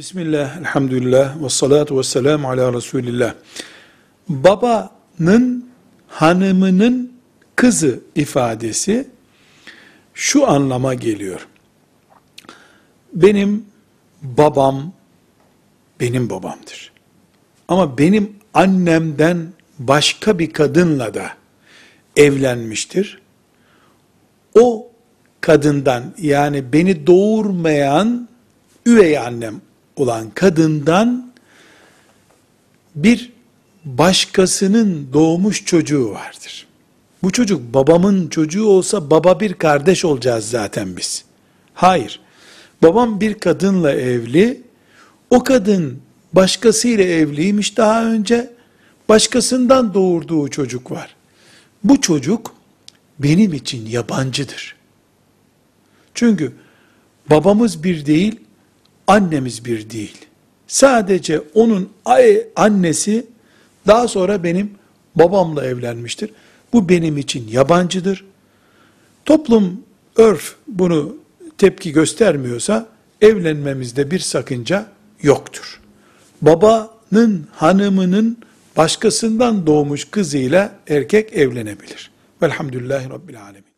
Bismillah, elhamdülillah, ve salatu ve selamu ala Resulillah. Babanın hanımının kızı ifadesi şu anlama geliyor. Benim babam, benim babamdır. Ama benim annemden başka bir kadınla da evlenmiştir. O kadından, yani beni doğurmayan üvey annem olan kadından bir başkasının doğmuş çocuğu vardır. Bu çocuk babamın çocuğu olsa baba bir kardeş olacağız zaten biz. Hayır. Babam bir kadınla evli. O kadın başkasıyla evliymiş daha önce. Başkasından doğurduğu çocuk var. Bu çocuk benim için yabancıdır. Çünkü babamız bir değil, annemiz bir değil. Sadece onun annesi daha sonra benim babamla evlenmiştir. Bu benim için yabancıdır. Toplum, örf bunu tepki göstermiyorsa evlenmemizde bir sakınca yoktur. Babanın hanımının başkasından doğmuş kızıyla erkek evlenebilir. Velhamdülillahi Rabbil Alemin.